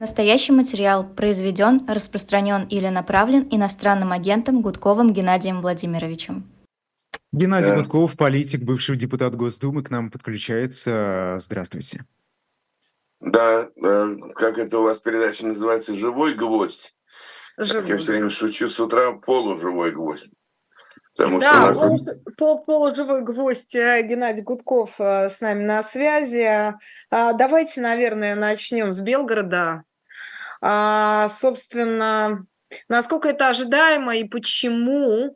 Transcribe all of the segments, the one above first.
Настоящий материал произведен, распространен или направлен иностранным агентом Гудковым Геннадием Владимировичем. Геннадий Гудков, политик, бывший депутат Госдумы, к нам подключается. Здравствуйте. Да, как это у вас передача называется, «Живой гвоздь». Как я все время шучу, с утра полуживой гвоздь. Потому что у Да, нас полуживой гвоздь Геннадий Гудков с нами на связи. Давайте, наверное, начнем с Белгорода. Собственно, насколько это ожидаемо и почему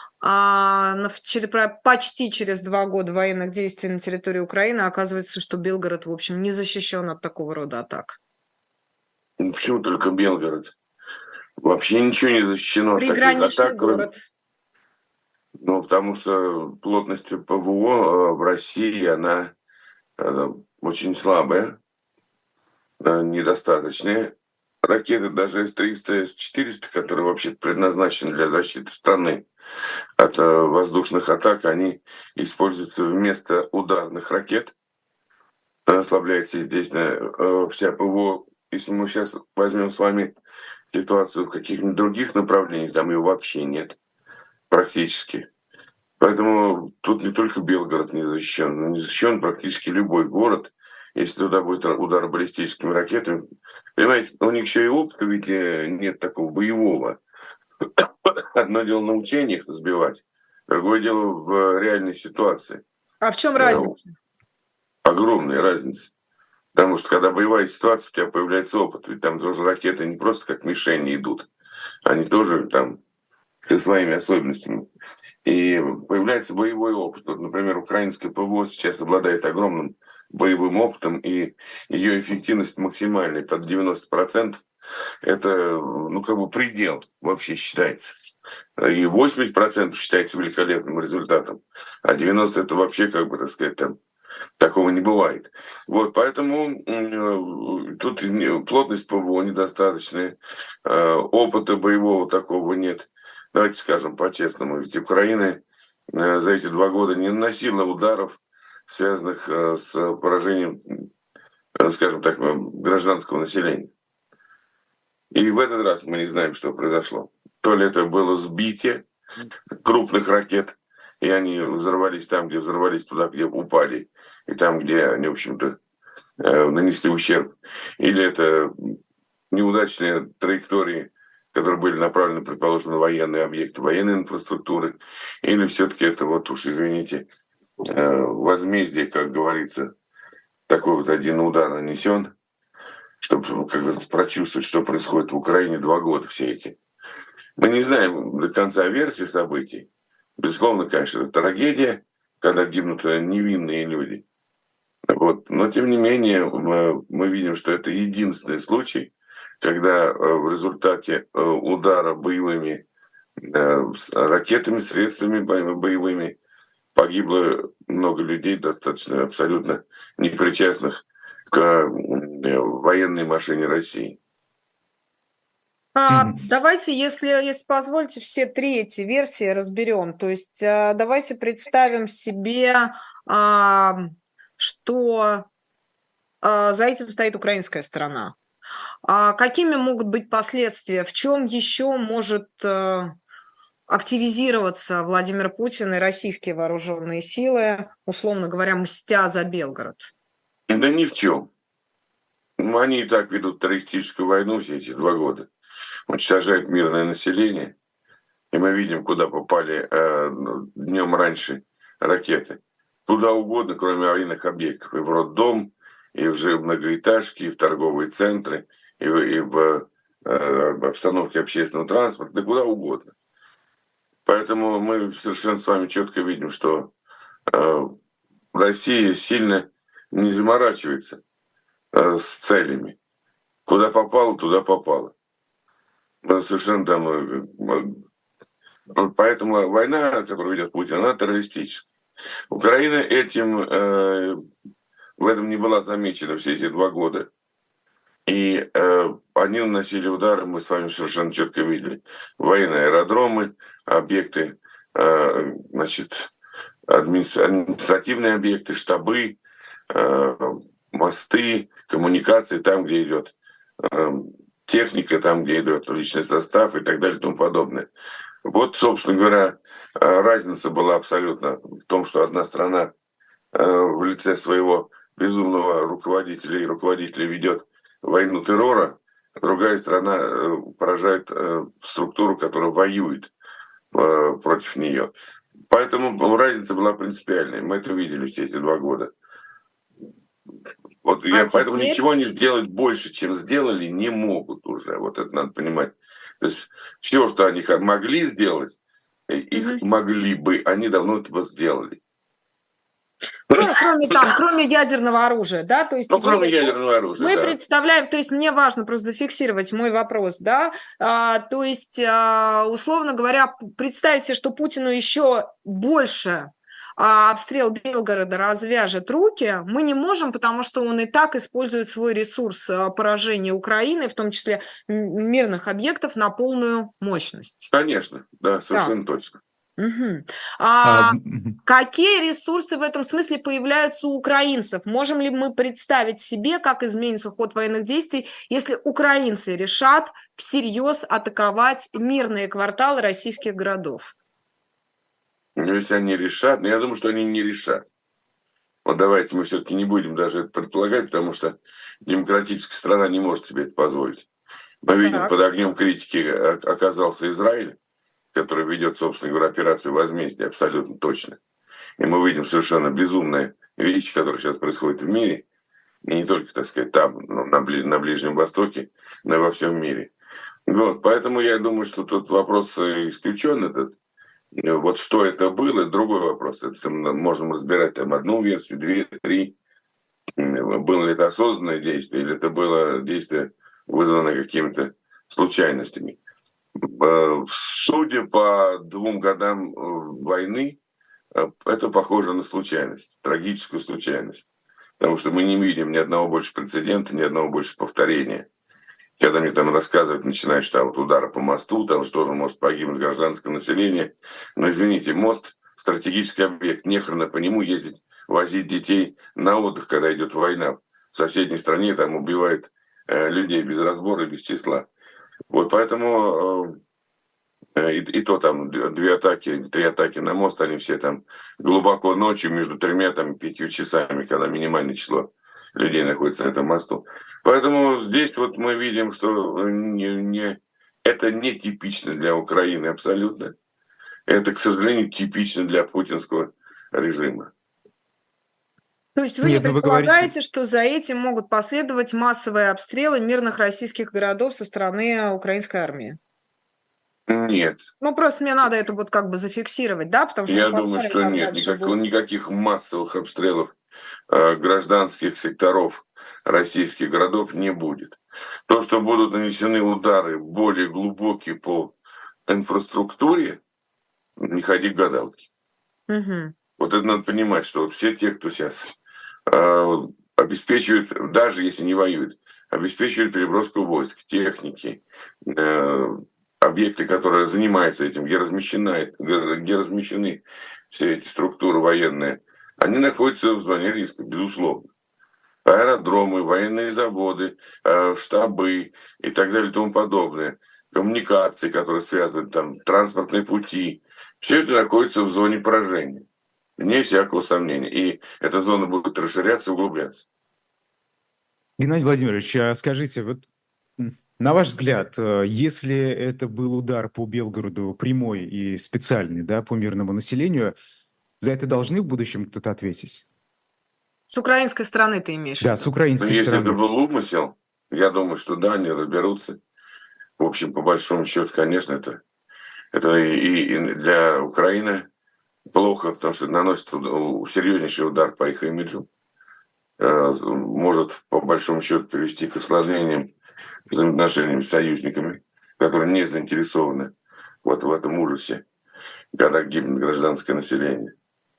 почти через 2 года военных действий на территории Украины оказывается, что Белгород, в общем, не защищен от такого рода атак? почему только Белгород? Вообще ничего не защищено от таких Приграничный атак, кроме... город. Ну, потому что плотность ПВО в России, она очень слабая, недостаточная. Ракеты даже С-300, С-400, которые вообще предназначены для защиты страны от воздушных атак, они используются вместо ударных ракет. Ослабляется естественно вся ПВО. Если мы сейчас возьмем с вами ситуацию в каких-нибудь других направлениях, там ее вообще нет практически. Поэтому тут не только Белгород не защищен, но не защищен практически любой город, если туда будет удар баллистическими ракетами. Понимаете, у них еще и опыта ведь нет такого боевого. Одно дело на учениях сбивать, другое дело в реальной ситуации. А в чем разница? Огромная разница. Потому что когда боевая ситуация, у тебя появляется опыт. Ведь там тоже ракеты не просто как мишени идут. Они тоже там со своими особенностями. И появляется боевой опыт. Вот, например, украинская ПВО сейчас обладает огромным боевым опытом, и ее эффективность максимальная, под 90%. Это, ну, как бы предел вообще считается. И 80% считается великолепным результатом, а 90% это вообще, как бы, так сказать, там, такого не бывает. Вот, поэтому тут плотность ПВО недостаточная, опыта боевого такого нет. Давайте скажем по-честному, ведь Украина за эти 2 года не наносила ударов, связанных с поражением, скажем так, гражданского населения. И в этот раз мы не знаем, что произошло. То ли это было сбитие крупных ракет, и они взорвались там, где взорвались, туда, где упали, и там, где они, в общем-то, нанесли ущерб. Или это неудачные траектории, которые были направлены, предположим, на военные объекты, военной инфраструктуры. Или все-таки это, вот уж извините, возмездие, как говорится, такой вот один удар нанесен, чтобы, как говорится, прочувствовать, что происходит в Украине 2 года все эти. Мы не знаем до конца версии событий. Безусловно, конечно, это трагедия, когда гибнут невинные люди. Вот. Но, тем не менее, мы видим, что это единственный случай, когда в результате удара боевыми ракетами, средствами боевыми погибло много людей, достаточно абсолютно непричастных к военной машине России. Давайте, если позволите, все 3 эти версии разберем. То есть давайте представим себе, что за этим стоит украинская сторона. Какими могут быть последствия? В чем еще может активизироваться Владимир Путин и российские вооруженные силы, условно говоря, мстя за Белгород? Да ни в чем. Они и так ведут террористическую войну все эти 2 года. Уничтожают мирное население. И мы видим, куда попали днем раньше ракеты. Куда угодно, кроме военных объектов. И в роддом, и в многоэтажки, и в торговые центры, и в обстановке общественного транспорта, да куда угодно. Поэтому мы совершенно с вами четко видим, что Россия сильно не заморачивается с целями. Куда попало, туда попало. Совершенно там... Поэтому война, которую ведет Путин, она террористическая. Украина этим, в этом не была замечена все эти 2 года. И они наносили удары, мы с вами совершенно четко видели. Военные аэродромы, объекты, значит, административные объекты, штабы, мосты, коммуникации, там, где идет техника там, где идет личный состав и так далее и тому подобное. Вот, собственно говоря, разница была абсолютно в том, что одна страна в лице своего безумного руководителя и руководителя ведет войну террора, другая страна поражает структуру, которая воюет против нее. Поэтому разница была принципиальной. Мы это видели все эти 2 года. Вот поэтому ничего не сделать больше, чем сделали, не могут уже. Вот это надо понимать. То есть все, что они могли сделать, их могли бы, они давно это сделали. Ну, кроме ядерного оружия, да, то есть... кроме ядерного оружия, мы представляем, то есть мне важно просто зафиксировать мой вопрос, да, то есть, условно говоря, представьте, что Путину еще больше обстрел Белгорода развяжет руки, мы не можем, потому что он и так использует свой ресурс поражения Украины, в том числе мирных объектов, на полную мощность. Конечно, да, совершенно точно. Какие ресурсы в этом смысле появляются у украинцев? Можем ли мы представить себе, как изменится ход военных действий, если украинцы решат всерьез атаковать мирные кварталы российских городов? Ну, если они решат, но я думаю, что они не решат. Вот давайте мы все-таки не будем даже это предполагать, потому что демократическая страна не может себе это позволить. Мы видим, под огнем критики оказался Израиль, который ведет, собственно говоря, операцию возмездия, абсолютно точно. И мы видим совершенно безумные вещи, которые сейчас происходят в мире, и не только, так сказать, там, на Ближнем Востоке, но и во всем мире. Вот, поэтому я думаю, что тут вопрос исключен этот. Вот что это было, другой вопрос. Это можем разбирать там одну версию, 2, 3. Было ли это осознанное действие, или это было действие, вызванное какими-то случайностями. Судя по 2 годам войны, это похоже на случайность, трагическую случайность. Потому что мы не видим ни одного больше прецедента, ни одного больше повторения. Когда мне там рассказывают, начиная что вот удара по мосту, там что же может погибнуть гражданское население. Но извините, мост — стратегический объект, нехрена по нему ездить, возить детей на отдых, когда идет война. В соседней стране там убивают людей без разбора и без числа. Вот поэтому и то там 2 атаки, 3 атаки на мост, они все там глубоко ночью между 3 и 5 часами, когда минимальное число людей находится на этом мосту. Поэтому здесь вот мы видим, что это не типично для Украины абсолютно. Это, к сожалению, типично для путинского режима. То есть вы не предполагаете, что за этим могут последовать массовые обстрелы мирных российских городов со стороны украинской армии? Нет. Просто мне надо это вот как бы зафиксировать, да? Потому что я думаю, что нет. Никаких массовых обстрелов гражданских секторов российских городов не будет. То, что будут нанесены удары более глубокие по инфраструктуре, не ходи к гадалке. Вот это надо понимать, что все те, кто сейчас обеспечивает, даже если не воюют, обеспечивают переброску войск, техники, объекты, которые занимаются этим, где размещены все эти структуры военные, они находятся в зоне риска, безусловно. Аэродромы, военные заводы, штабы и так далее и тому подобное, коммуникации, которые связывают там, транспортные пути, все это находится в зоне поражения. Вне всякого сомнения. И эта зона будет расширяться, углубляться. Геннадий Владимирович, скажите, вот на ваш взгляд, если это был удар по Белгороду прямой и специальный, да, по мирному населению, за это должны в будущем кто-то ответить? С украинской стороны ты имеешь в виду? Да, с украинской стороны. Если это был умысел, я думаю, что да, они разберутся. В общем, по большому счету, конечно, это и для Украины плохо, потому что наносит серьезнейший удар по их имиджу. Может, по большому счету, привести к осложнениям взаимоотношениям с союзниками, которые не заинтересованы вот в этом ужасе, когда гибнет гражданское население.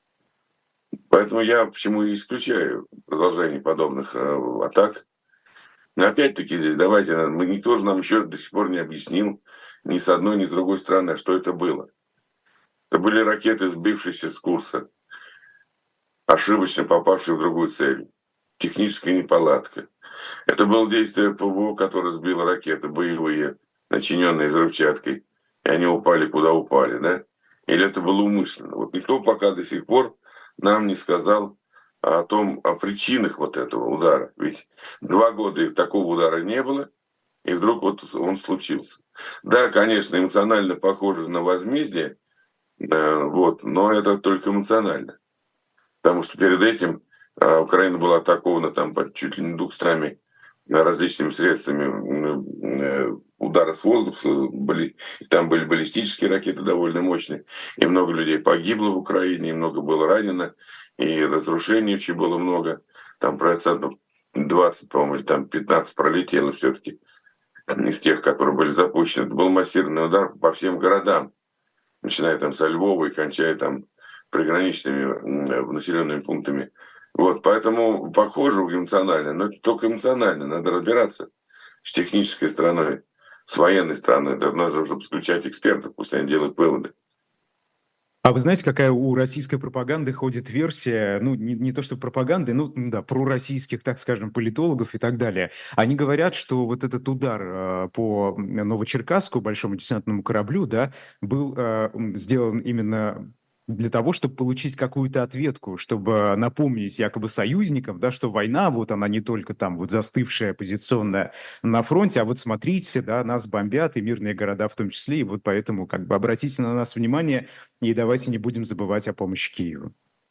Поэтому я почему и исключаю продолжение подобных атак. Но опять-таки здесь давайте, никто же нам еще до сих пор не объяснил ни с одной, ни с другой стороны, что это было. Это были ракеты, сбившиеся с курса, ошибочно попавшие в другую цель. Техническая неполадка. Это было действие ПВО, которое сбило ракеты боевые, начиненные взрывчаткой, и они упали куда упали, да? Или это было умышленно? Вот никто пока до сих пор нам не сказал о причинах вот этого удара. Ведь 2 года такого удара не было, и вдруг вот он случился. Да, конечно, эмоционально похоже на возмездие, вот, но это только эмоционально. Потому что перед этим Украина была атакована там чуть ли не 200 различными средствами удара с воздуха. Там были баллистические ракеты довольно мощные. И много людей погибло в Украине, и много было ранено. И разрушений вообще было много. Там процентов 20, по-моему, или там 15 пролетело все-таки из тех, которые были запущены. Это был массированный удар по всем городам, начиная там со Львова и кончая там приграничными населенными пунктами. Вот, поэтому похоже эмоционально, но это только эмоционально. Надо разбираться с технической стороной, с военной стороной. Это надо уже подключать экспертов, пусть они делают выводы. А вы знаете, какая у российской пропаганды ходит версия, ну, не то что пропаганды, ну, да, пророссийских, так скажем, политологов и так далее. Они говорят, что вот этот удар по Новочеркасску, большому десантному кораблю, да, был сделан именно для того, чтобы получить какую-то ответку, чтобы напомнить якобы союзникам, да, что война, вот она не только там вот застывшая, позиционная на фронте, а вот смотрите, да, нас бомбят, и мирные города в том числе, и вот поэтому как бы обратите на нас внимание, и давайте не будем забывать о помощи Киеву.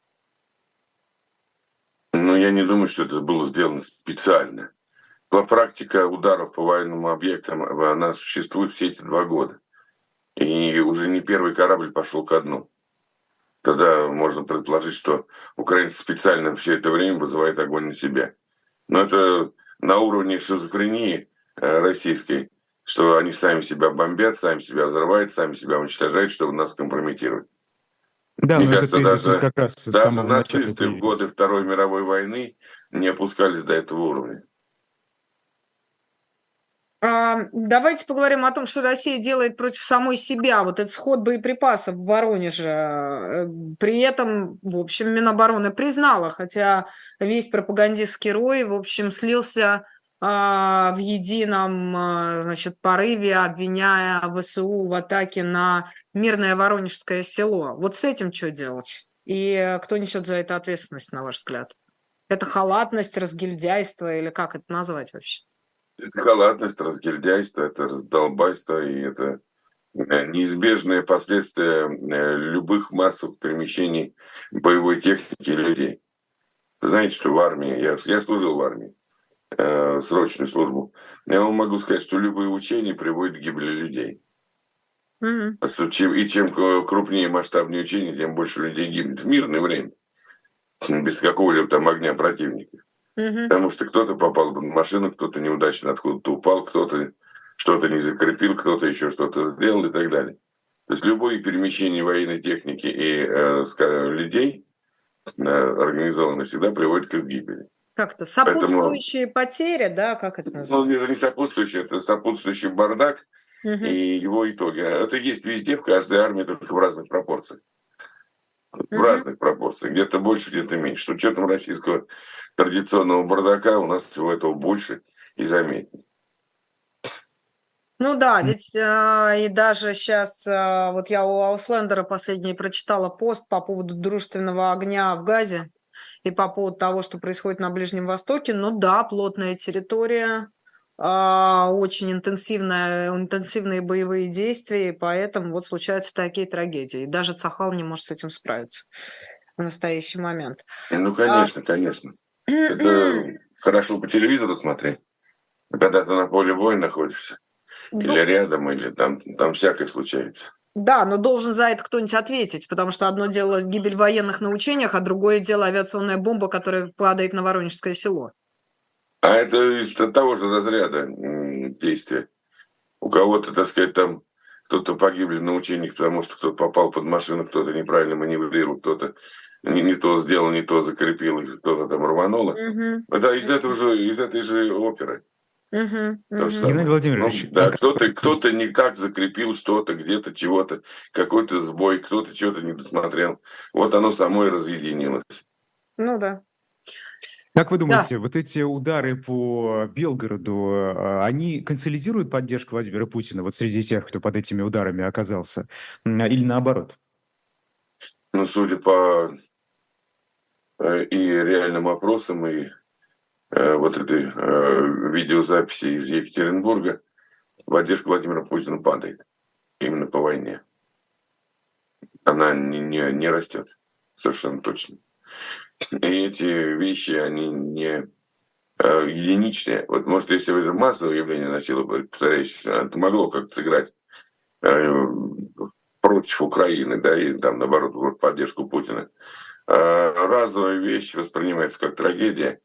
Но я не думаю, что это было сделано специально. Практика ударов по военным объектам, она существует все эти 2 года. И уже не первый корабль пошел ко дну. Тогда можно предположить, что украинцы специально все это время вызывают огонь на себя. Но это на уровне шизофрении российской, что они сами себя бомбят, сами себя взрывают, сами себя уничтожают, чтобы нас компрометировать. Да, Мне но кажется, это тезис даже как раз с даже самого начала нацисты в появился. годы Второй мировой войны не опускались до этого уровня. Давайте поговорим о том, что Россия делает против самой себя. Вот этот сход боеприпасов в Воронеже. При этом, в общем, Минобороны признала, хотя весь пропагандистский рой, в общем, слился в едином, значит, порыве, обвиняя ВСУ в атаке на мирное Воронежское село. Вот с этим что делать? И кто несет за это ответственность, на ваш взгляд? Это халатность, разгильдяйство или как это назвать вообще? Это халатность, разгильдяйство, это раздолбайство, и это неизбежные последствия любых массовых перемещений боевой техники и людей. Вы знаете, что в армии, я служил в армии, срочную службу, я вам могу сказать, что любые учения приводят к гибели людей. И чем крупнее масштабнее учения, тем больше людей гибнет в мирное время, без какого-либо там огня противника. Потому что кто-то попал под машину, кто-то неудачно откуда-то упал, кто-то что-то не закрепил, кто-то еще что-то сделал и так далее. То есть любое перемещение военной техники и людей организованно всегда приводит к их гибели. Как-то сопутствующие потери, да, как это называется? Ну, это не сопутствующий, это сопутствующий бардак и его итоги. Это есть везде, в каждой армии, только в разных пропорциях. В разных пропорциях. Где-то больше, где-то меньше. С учетом российского традиционного бардака у нас всего этого больше и заметнее. Ну да, ведь и даже сейчас, вот я у Ауслендера последний прочитала пост по поводу дружественного огня в Газе и по поводу того, что происходит на Ближнем Востоке. Ну да, плотная территория, очень интенсивные боевые действия, и поэтому вот случаются такие трагедии. И даже Цахал не может с этим справиться в настоящий момент. Ну, конечно, конечно. Это хорошо по телевизору смотреть, когда ты на поле боя находишься, или рядом, или там всякое случается. Да, но должен за это кто-нибудь ответить, потому что одно дело гибель военных на учениях, а другое дело авиационная бомба, которая падает на Воронежское село. А это из того же разряда действия. У кого-то, так сказать, там кто-то погибли на учениях, потому что кто-то попал под машину, кто-то неправильно маневрировал, кто-то не то сделал, не то закрепил, и кто-то там рвануло. Это из этой же оперы. То же самое. Геннадий Владимирович, да, кто-то не так закрепил что-то, где-то чего-то, какой-то сбой, кто-то что-то не досмотрел. Вот оно само и разъединилось. Ну да. Как вы Да. думаете, вот эти удары по Белгороду, они консолидируют поддержку Владимира Путина вот среди тех, кто под этими ударами оказался, или наоборот? Ну, судя по и реальным опросам, и вот этой видеозаписи из Екатеринбурга, поддержка Владимира Путина падает именно по войне. Она не растет, совершенно точно. И эти вещи, они не единичные. Вот, может, если бы это массовое явление носило, повторяющееся, это могло как-то сыграть против Украины, да, и там, наоборот, в поддержку Путина. А разовая вещь воспринимается как трагедия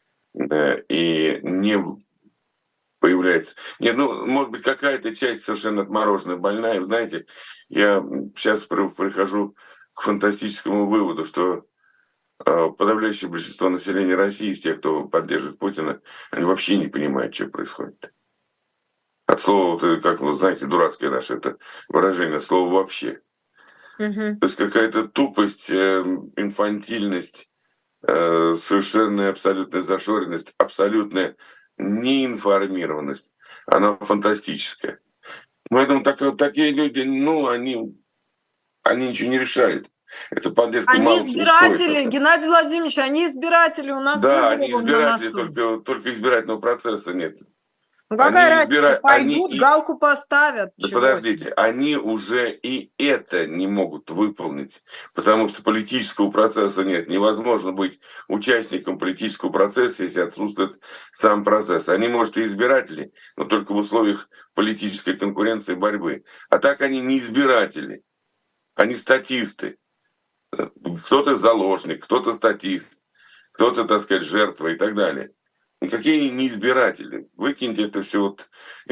и не появляется. Нет, ну, может быть, какая-то часть совершенно отмороженная, больная. Вы знаете, я сейчас прихожу к фантастическому выводу, что подавляющее большинство населения России, из тех, кто поддерживает Путина, они вообще не понимают, что происходит. От слова, как вы знаете, дурацкое наше это выражение, слово «вообще». Мгм. То есть какая-то тупость, инфантильность, совершенная абсолютная зашоренность, абсолютная неинформированность. Она фантастическая. Поэтому такие люди, ну, они ничего не решают. Это поддержка Они мало чего стоит. избиратели, Геннадий Владимирович, они избиратели, у нас Да, выборы они вон на избиратели, носу. только избирательного процесса нет. Ну какая Они разница, пойдут, галку поставят. Да чего подождите, они уже и это не могут выполнить, потому что политического процесса нет. Невозможно быть участником политического процесса, если отсутствует сам процесс. Они, может, и избиратели, но только в условиях политической конкуренции и борьбы. А так они не избиратели, они статисты. Кто-то заложник, кто-то статист, кто-то, так сказать, жертва и так далее. Никакие они не избиратели. Выкиньте это все вот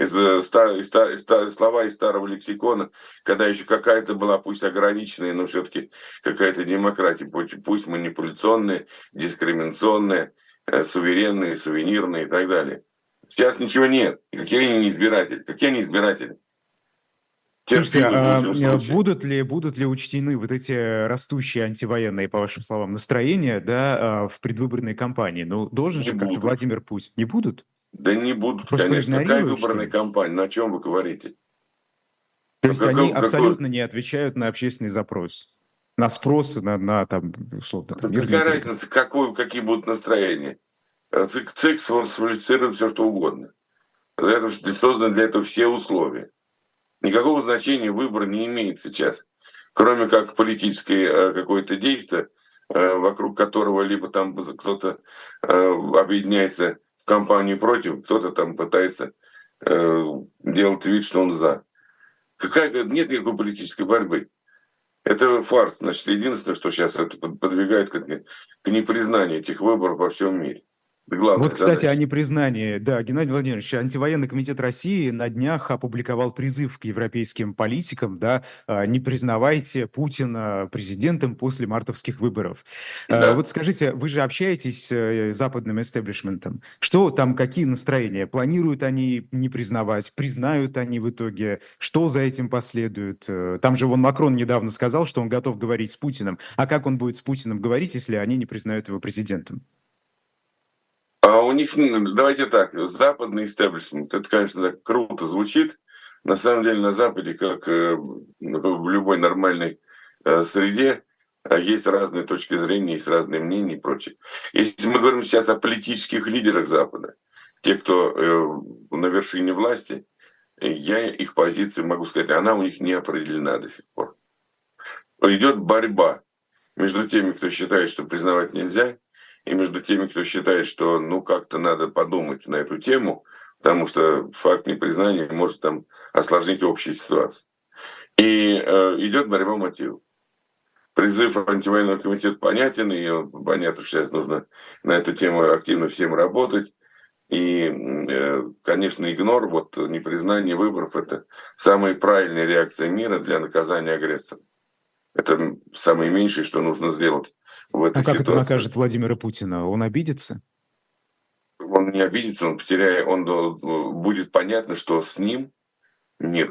слова из старого лексикона, когда еще какая-то была, пусть ограниченная, но все-таки какая-то демократия, пусть манипуляционная, дискриминационная, суверенная, сувенирная и так далее. Сейчас ничего нет. И какие они не избиратели? Какие они избиратели? Слушайте, Терпимы в лучшем случае. будут ли учтены вот эти растущие антивоенные, по вашим словам, настроения, да, в предвыборной кампании? Ну, должен Не же как-то будут. Владимир Путин. Не будут? Да не будут, Просто конечно. Какая проигнорируют, что выборная ли? кампания? На чем вы говорите? То Ну, есть они какой, абсолютно не отвечают на общественный запрос, на спросы, на там, условно, там, да мирные какая переговоры. разница, какие будут настроения? ЦИК сфальсифицирует все, что угодно. Созданы для этого все условия. Никакого значения выбор не имеет сейчас, кроме как политическое какое-то действие, вокруг которого либо там кто-то объединяется в кампанию против, кто-то там пытается делать вид, что он за. Нет никакой политической борьбы. Это фарс. Значит, единственное, что сейчас это подвигает к непризнанию этих выборов во всем мире. Это главная Вот, кстати, задача. о непризнании. Да, Геннадий Владимирович, антивоенный комитет России на днях опубликовал призыв к европейским политикам, да, не признавайте Путина президентом после мартовских выборов. Да. Вот скажите, вы же общаетесь с западным истеблишментом. Что там, какие настроения? Планируют они не признавать? Признают они в итоге? Что за этим последует? Там же вон Макрон недавно сказал, что он готов говорить с Путиным. А как он будет с Путиным говорить, если они не признают его президентом? А у них, давайте так, западный истеблишмент, это, конечно, так круто звучит. На самом деле на Западе, как в любой нормальной среде, есть разные точки зрения, есть разные мнения и прочее. Если мы говорим сейчас о политических лидерах Запада, те, кто на вершине власти, я их позицию могу сказать, она у них не определена до сих пор. Идет борьба между теми, кто считает, что признавать нельзя, и между теми, кто считает, что ну как-то надо подумать на эту тему, потому что факт непризнания может там осложнить общую ситуацию. И идет борьба мотивов. Призыв антивоенного комитета понятен, и понятно, что сейчас нужно на эту тему активно всем работать. И, конечно, игнор, вот непризнание выборов – это самая правильная реакция мира для наказания агрессора. Это самое меньшее, что нужно сделать в этой А как это ситуации. накажет Владимира Путина? Он обидится? Он не обидится, он потеряет, будет понятно, что с ним мир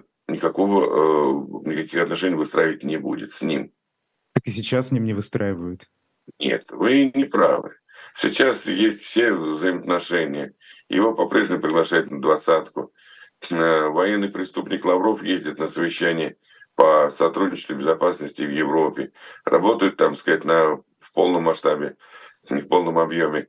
никаких отношений выстраивать не будет с ним. Так и сейчас с ним не выстраивают. Нет, вы не правы. Сейчас есть все взаимоотношения. Его по-прежнему приглашают на двадцатку. Военный преступник Лавров ездит на совещание по сотрудничеству и безопасности в Европе. Работают, там, сказать, в полном масштабе, не в полном объеме.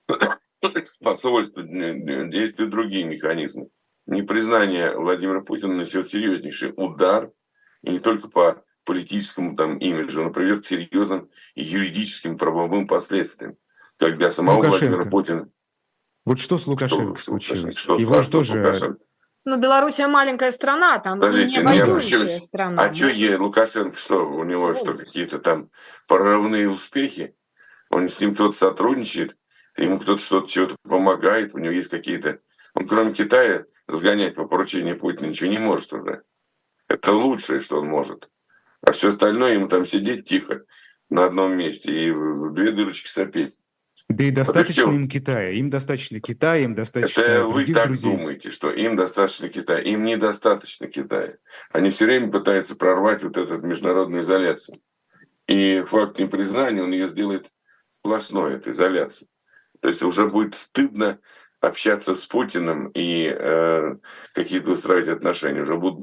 Способствуют действию другие механизмы. Непризнание Владимира Путина нанесет серьезнейший удар, и не только по политическому там имиджу, но приведет к серьезным юридическим правовым последствиям, как для самого Владимира Путина. Вот что с Лукашенко случилось? Что Его же тоже... Ну, Белоруссия маленькая страна, там не воюющая страна. А что Лукашенко, что у него что, какие-то там прорывные успехи? Он с ним кто-то сотрудничает, ему кто-то что-то чего-то помогает, у него есть какие-то... Он кроме Китая сгонять по поручению Путина ничего не может уже. Это лучшее, что он может. А все остальное ему там сидеть тихо на одном месте и в две дырочки сопеть. Да и достаточно им Китая. Им достаточно Китая, им достаточно это других вы так друзей. Думаете, что им достаточно Китая. Им недостаточно Китая. Они все время пытаются прорвать вот эту международную изоляцию. И факт непризнания, он ее сделает сплошной, эту изоляцию. То есть уже будет стыдно общаться с Путиным и какие-то устраивать отношения. Уже будут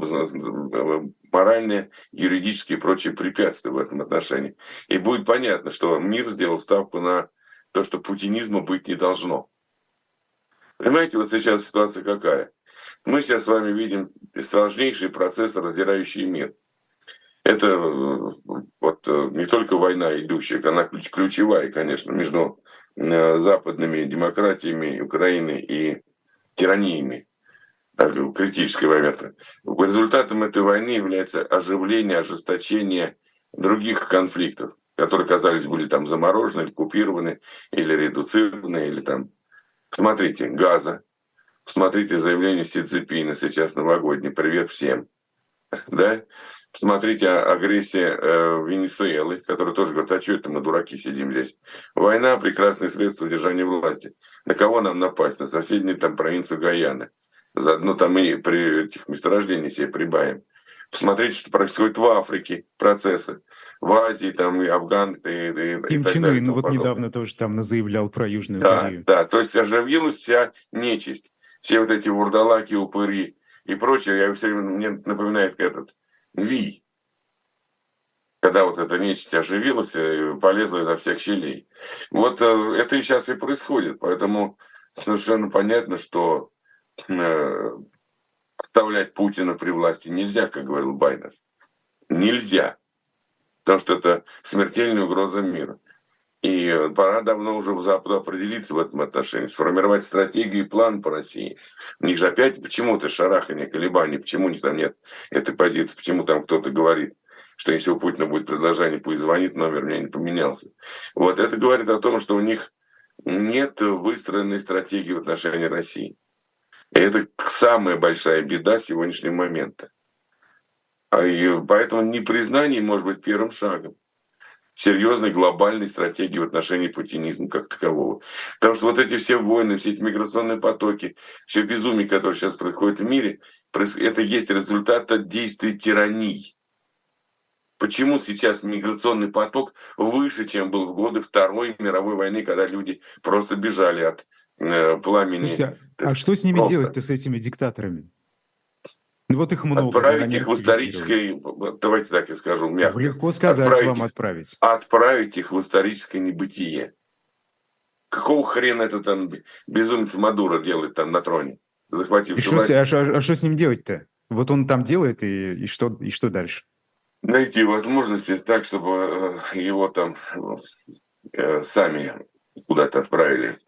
моральные, юридические и прочие препятствия в этом отношении. И будет понятно, что мир сделал ставку на то, что путинизма быть не должно. Понимаете, вот сейчас ситуация какая? Мы сейчас с вами видим сложнейший процесс, раздирающий мир. Это вот не только война идущая, она ключевая, конечно, между западными демократиями Украины и тираниями критического момента. Результатом этой войны является оживление, ожесточение других конфликтов, которые, казались, были там заморожены, или купированы, или редуцированы, или там... Смотрите, Газа, смотрите заявление Си Цзиньпина сейчас новогоднее, привет всем. Да? Смотрите агрессия Венесуэлы, которая тоже говорит, а что это мы дураки сидим здесь? Война – прекрасное средство удержания власти. На кого нам напасть? На соседнюю там провинцию Гаяны. Заодно там и при этих месторождениях себе прибавим. Посмотрите, что происходит в Африке, процессы. В Азии, там и Афган, и Ким так Чен далее. Ын вот недавно тоже там заявлял про Южную да, Корею. Да, то есть оживилась вся нечисть. Все вот эти вурдалаки, упыри и прочее. Я все время, мне напоминает этот Вий. Когда вот эта нечисть оживилась и полезла изо всех щелей. Вот это и сейчас и происходит. Поэтому совершенно понятно, что оставлять Путина при власти нельзя, как говорил Байден. Нельзя. Потому что это смертельная угроза мира. И пора давно уже в Западу определиться в этом отношении, сформировать стратегию и план по России. У них же опять почему-то шарахание, колебания, почему у них там нет этой позиции, почему там кто-то говорит, что если у Путина будет предложение, пусть звонит, номер у меня не поменялся. Вот это говорит о том, что у них нет выстроенной стратегии в отношении России. И это самая большая беда сегодняшнего момента. И поэтому непризнание может быть первым шагом серьезной глобальной стратегии в отношении путинизма как такового. Потому что вот эти все войны, все эти миграционные потоки, все безумие, которое сейчас происходит в мире, это есть результат от действий тираний. Почему сейчас миграционный поток выше, чем был в годы Второй мировой войны, когда люди просто бежали от пламени? Слушайте, а что с ними делать-то, с этими диктаторами? Ну вот их много. Отправить их в историческое, давайте так я скажу, мягко. Легко сказать вам отправить. Отправить их в историческое небытие. Какого хрена это там безумец Мадуро делает там на троне, захвативший власть? А что с ним делать-то? Вот он там делает, и что дальше? Найти возможности так, чтобы его там сами куда-то отправили.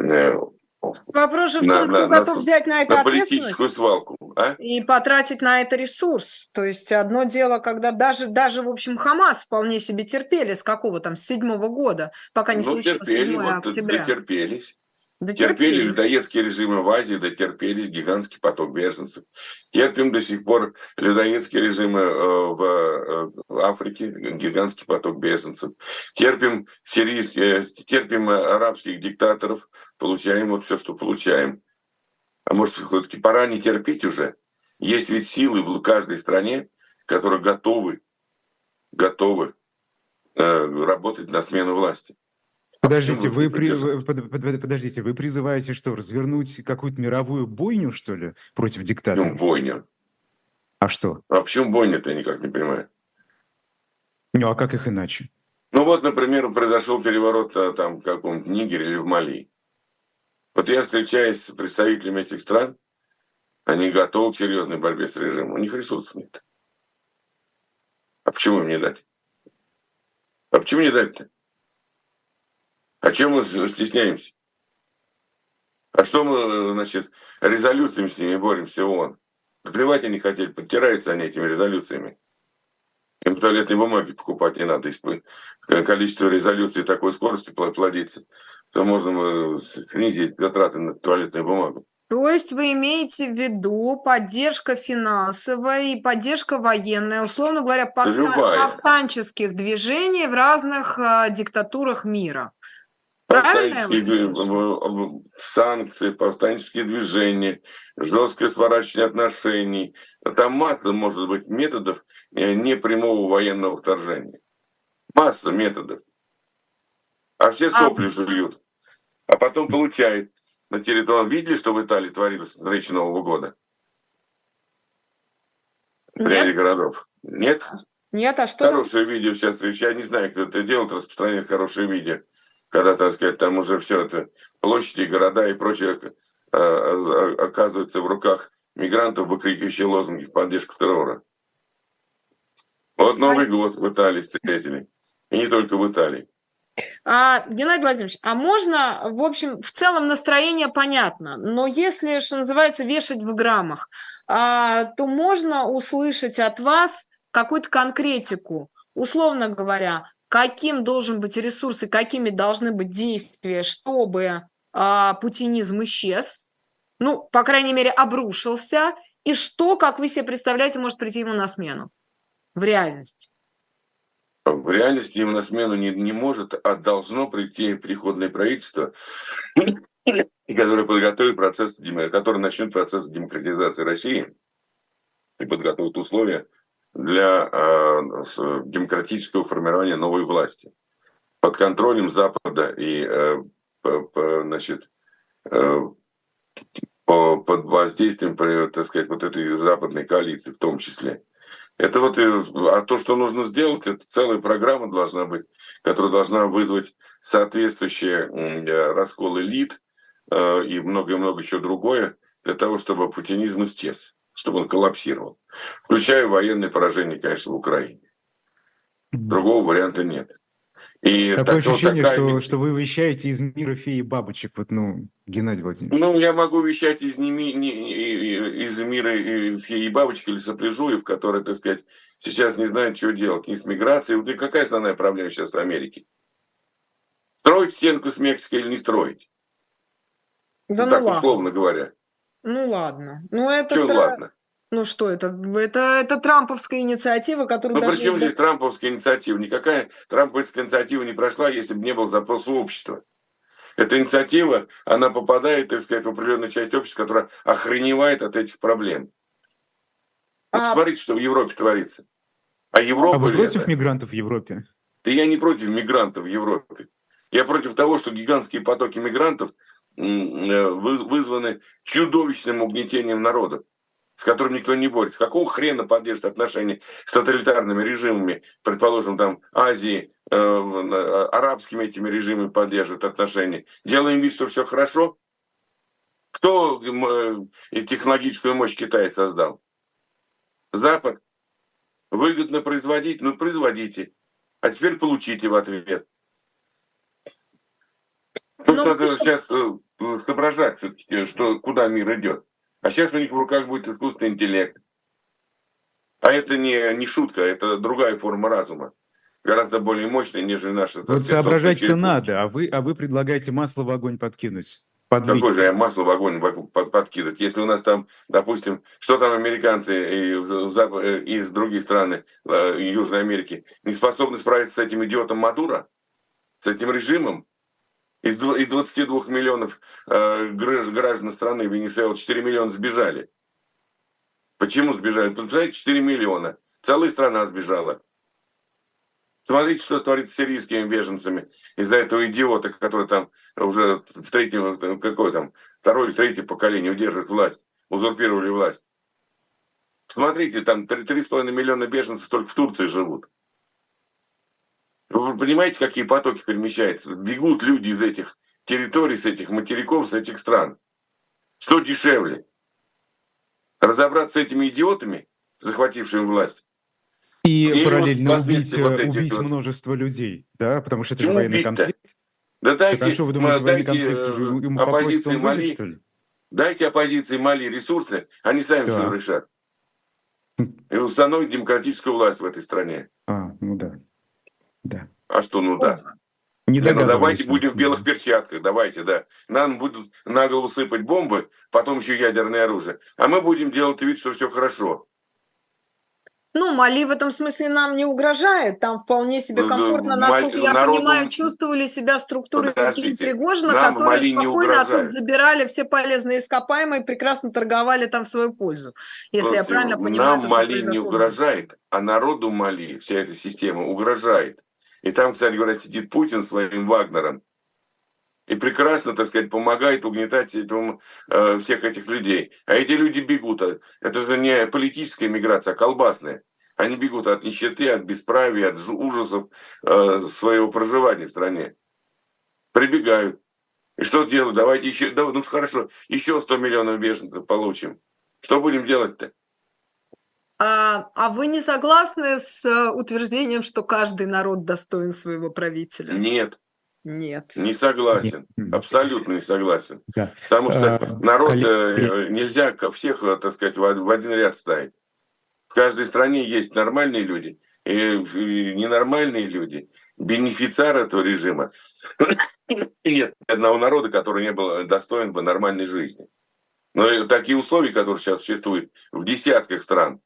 Вопрос же в том, кто готов взять на это политическую свалку. И потратить на это ресурс. То есть одно дело, когда даже в общем, Хамас вполне себе терпели с какого там, с 7-го года, пока не случилось 7 октября. Терпели людоедские режимы в Азии, дотерпелись гигантский поток беженцев. Терпим до сих пор людоедские режимы в Африке, гигантский поток беженцев. Терпим арабских диктаторов, получаем вот все, что получаем. А может, все-таки пора не терпеть уже? Есть ведь силы в каждой стране, которые готовы работать на смену власти. Подождите, почему вы не подождите, вы призываете что, развернуть какую-то мировую бойню, что ли, против Почему диктаторов? бойня? А что? А почему бойня-то, я никак не понимаю. Ну, а как их иначе? Ну вот, например, произошел переворот там в каком-то Нигере или в Мали. Вот я встречаюсь с представителями этих стран, они готовы к серьезной борьбе с режимом, у них ресурсов нет. А почему им не дать? А почему не дать-то? А чем мы стесняемся? А что мы, значит, резолюциями с ними боремся, ООН? Да плевать они хотели, подтираются они этими резолюциями. Им туалетной бумаги покупать не надо. Если количество резолюций такой скорости плодится, то можно снизить затраты на туалетную бумагу. То есть вы имеете в виду поддержка финансовая и поддержка военная, условно говоря, Любая. повстанческих движений в разных диктатурах мира. Правильно я вас услышала? Санкции, повстанческие движения, жесткое сворачивание отношений. Там масса, может быть, методов непрямого военного вторжения. Масса методов. А все сопли жуют. А потом получают на территории. Видели, что в Италии творилось с встречи Нового года? В ряде городов. Нет? Нет, а что? Хорошее видео сейчас. Я не знаю, кто это делает, распространяет хорошее видео. Когда, так сказать, там уже все это, площади, города и прочее оказывается в руках мигрантов, выкрикивающие лозунги в поддержку террора. Вот Новый год в Италии встретили. И не только в Италии. Геннадий Владимирович, а можно, в общем, в целом настроение понятно, но если, что называется, вешать в граммах, то можно услышать от вас какую-то конкретику, условно говоря, каким должен быть ресурс и какими должны быть действия, чтобы путинизм исчез, ну, по крайней мере, обрушился, и что, как вы себе представляете, может прийти ему на смену в реальности? В реальности ему на смену не может, а должно прийти переходное правительство, которое подготовит которое начнет процесс демократизации России и подготовит условия для демократического формирования новой власти под контролем Запада и значит, под воздействием, так сказать, вот этой западной коалиции в том числе. Это вот, а то, что нужно сделать, это целая программа должна быть, которая должна вызвать соответствующий раскол элит и много-много еще другое для того, чтобы путинизм исчез, чтобы он коллапсировал, включая военное поражение, конечно, в Украине. Другого варианта нет. И такое ощущение, что вы вещаете из мира феи бабочек, вот, Геннадий Владимирович. Ну, я могу вещать из мира феи бабочек или сопляжуев, которые, так сказать, сейчас не знают, что делать ни с миграцией. Вот какая основная проблема сейчас в Америке? Строить стенку с Мексикой или не строить? Да так, условно говоря. Ну ладно. Ну это что ладно? Ну что это? Это трамповская инициатива, которую даже... Причем здесь трамповская инициатива? Никакая трамповская инициатива не прошла, если бы не был запрос у общества. Эта инициатива, она попадает, так сказать, в определенную часть общества, которая охреневает от этих проблем. Вот смотрите, что в Европе творится. А вы против мигрантов в Европе? Да я не против мигрантов в Европе. Я против того, что гигантские потоки мигрантов вызваны чудовищным угнетением народов, с которым никто не борется. Какого хрена поддержит отношения с тоталитарными режимами, предположим, там, Азии, арабскими этими режимами поддерживают отношения? Делаем вид, что все хорошо? Кто технологическую мощь Китая создал? Запад. Выгодно производить? Ну, производите. А теперь получите в ответ. Потому что надо сейчас соображать, что, куда мир идет. А сейчас у них в руках будет искусственный интеллект. А это не шутка, это другая форма разума. Гораздо более мощная, нежели наша. Вот соображать-то надо, а вы предлагаете масло в огонь подкинуть. Какое же я масло в огонь подкидывать? Если у нас там, допустим, что там американцы из других стран Южной Америки не способны справиться с этим идиотом Мадуро, с этим режимом, из 22 миллионов граждан страны Венесуэлы 4 миллиона сбежали. Почему сбежали? Представляете, 4 миллиона. Целая страна сбежала. Смотрите, что творится с сирийскими беженцами из-за этого идиота, который там уже в третьем, какое там, второе или третье поколение удерживает власть, узурпировали власть. Смотрите, там 3,5 миллиона беженцев только в Турции живут. Вы понимаете, какие потоки перемещаются? Бегут люди из этих территорий, с этих материков, с этих стран. Что дешевле? Разобраться с этими идиотами, захватившими власть? И Или параллельно вот убить, последствия вот этих убить вот. множество людей, да, потому что это же Почему военный убить-то? конфликт. Да Так а что вы думаете, военный дайте конфликт же ему попросят, оппозиции он выйдет, Мали, что ли? дайте оппозиции Мали ресурсы, они сами все Так. решат. И установят демократическую власть в этой стране. Ну да. Да. А что, ну да. Не Не, ну давайте догадывались мы. будем в белых перчатках, давайте, да. Нам будут на голову сыпать бомбы, потом еще ядерное оружие. А мы будем делать вид, что все хорошо. Ну, Мали в этом смысле нам не угрожает. Там вполне себе комфортно, насколько я народу- понимаю, чувствовали себя структуры Евгения Подождите, Пригожина, нам которые Мали не спокойно оттуда угрожает. забирали все полезные ископаемые, прекрасно торговали там в свою пользу. Если я Слушайте, правильно понимаю, нам то, что Мали не произошло. угрожает, а народу Мали вся эта система угрожает. И там, кстати говоря, сидит Путин своим Вагнером и прекрасно, так сказать, помогает угнетать всех этих людей. А эти люди бегут. Это же не политическая миграция, а колбасная. Они бегут от нищеты, от бесправия, от ужасов своего проживания в стране. Прибегают. И что делать? Давайте еще, да, ну хорошо, еще 100 миллионов беженцев получим. Что будем делать-то? А вы не согласны с утверждением, что каждый народ достоин своего правителя? Нет. Нет. Не согласен. Нет. Абсолютно не согласен. Да. Потому что народ коллеги- нельзя всех, так сказать, в один ряд ставить. В каждой стране есть нормальные люди и ненормальные люди. Бенефициар этого режима. И нет ни одного народа, который не был достоин бы нормальной жизни. Но и такие условия, которые сейчас существуют в десятках стран,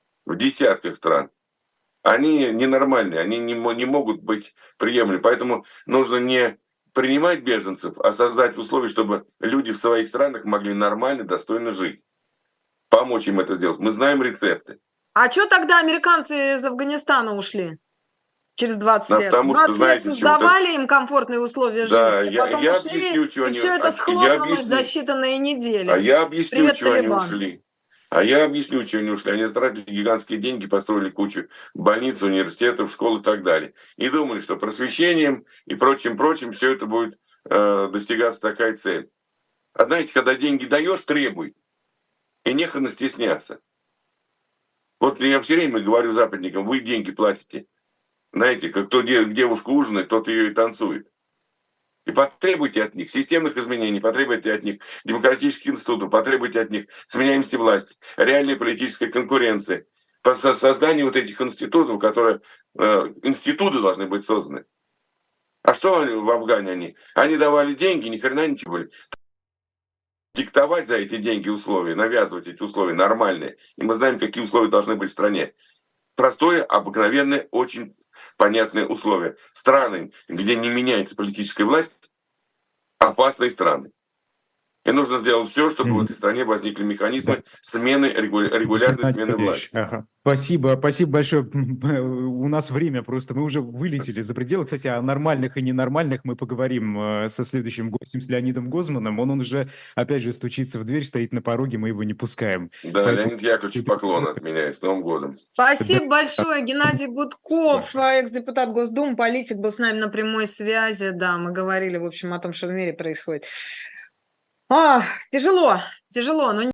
они ненормальные, они не могут быть приемлемы. Поэтому нужно не принимать беженцев, а создать условия, чтобы люди в своих странах могли нормально, достойно жить. Помочь им это сделать. Мы знаем рецепты. А что тогда американцы из Афганистана ушли? Через 20 Да, лет. потому что, 20 знаете, лет чего-то- создавали им комфортные условия Да, жизни, а потом я ушли, объясню, чего и они- все это я схлопнулось за объясню. считанные недели. А я объясню, Привет, чего они Талибан. ушли. Они затратили гигантские деньги, построили кучу больниц, университетов, школ и так далее. И думали, что просвещением и прочим все это будет достигаться такая цель. А знаете, когда деньги даешь, требуй. И нехрена стесняться. Вот я все время говорю западникам, вы деньги платите. Знаете, как кто девушку ужинает, тот ее и танцует. И потребуйте от них системных изменений, потребуйте от них демократических институтов, потребуйте от них сменяемости власти, реальной политической конкуренции, создание вот этих институтов, которые институты должны быть созданы. А что в Афгане они? Они давали деньги, ни хрена ничего были. Диктовать за эти деньги условия, навязывать эти условия нормальные. И мы знаем, какие условия должны быть в стране. Простое, обыкновенное, очень понятные условия. Страны, где не меняется политическая власть, опасные страны. И нужно сделать все, чтобы в этой стране возникли механизмы смены, регулярной смены власти. Ага. Спасибо большое. У нас время просто, мы уже вылетели за пределы. Кстати, о нормальных и ненормальных мы поговорим со следующим гостем, с Леонидом Гозманом. Он уже, опять же, стучится в дверь, стоит на пороге, мы его не пускаем. Да, Поэтому- Леонид Яковлевич, поклон от меня и с Новым годом. Спасибо большое, Геннадий Гудков, экс-депутат Госдумы, политик, был с нами на прямой связи. Да, мы говорили, в общем, о том, что в мире происходит. Тяжело, но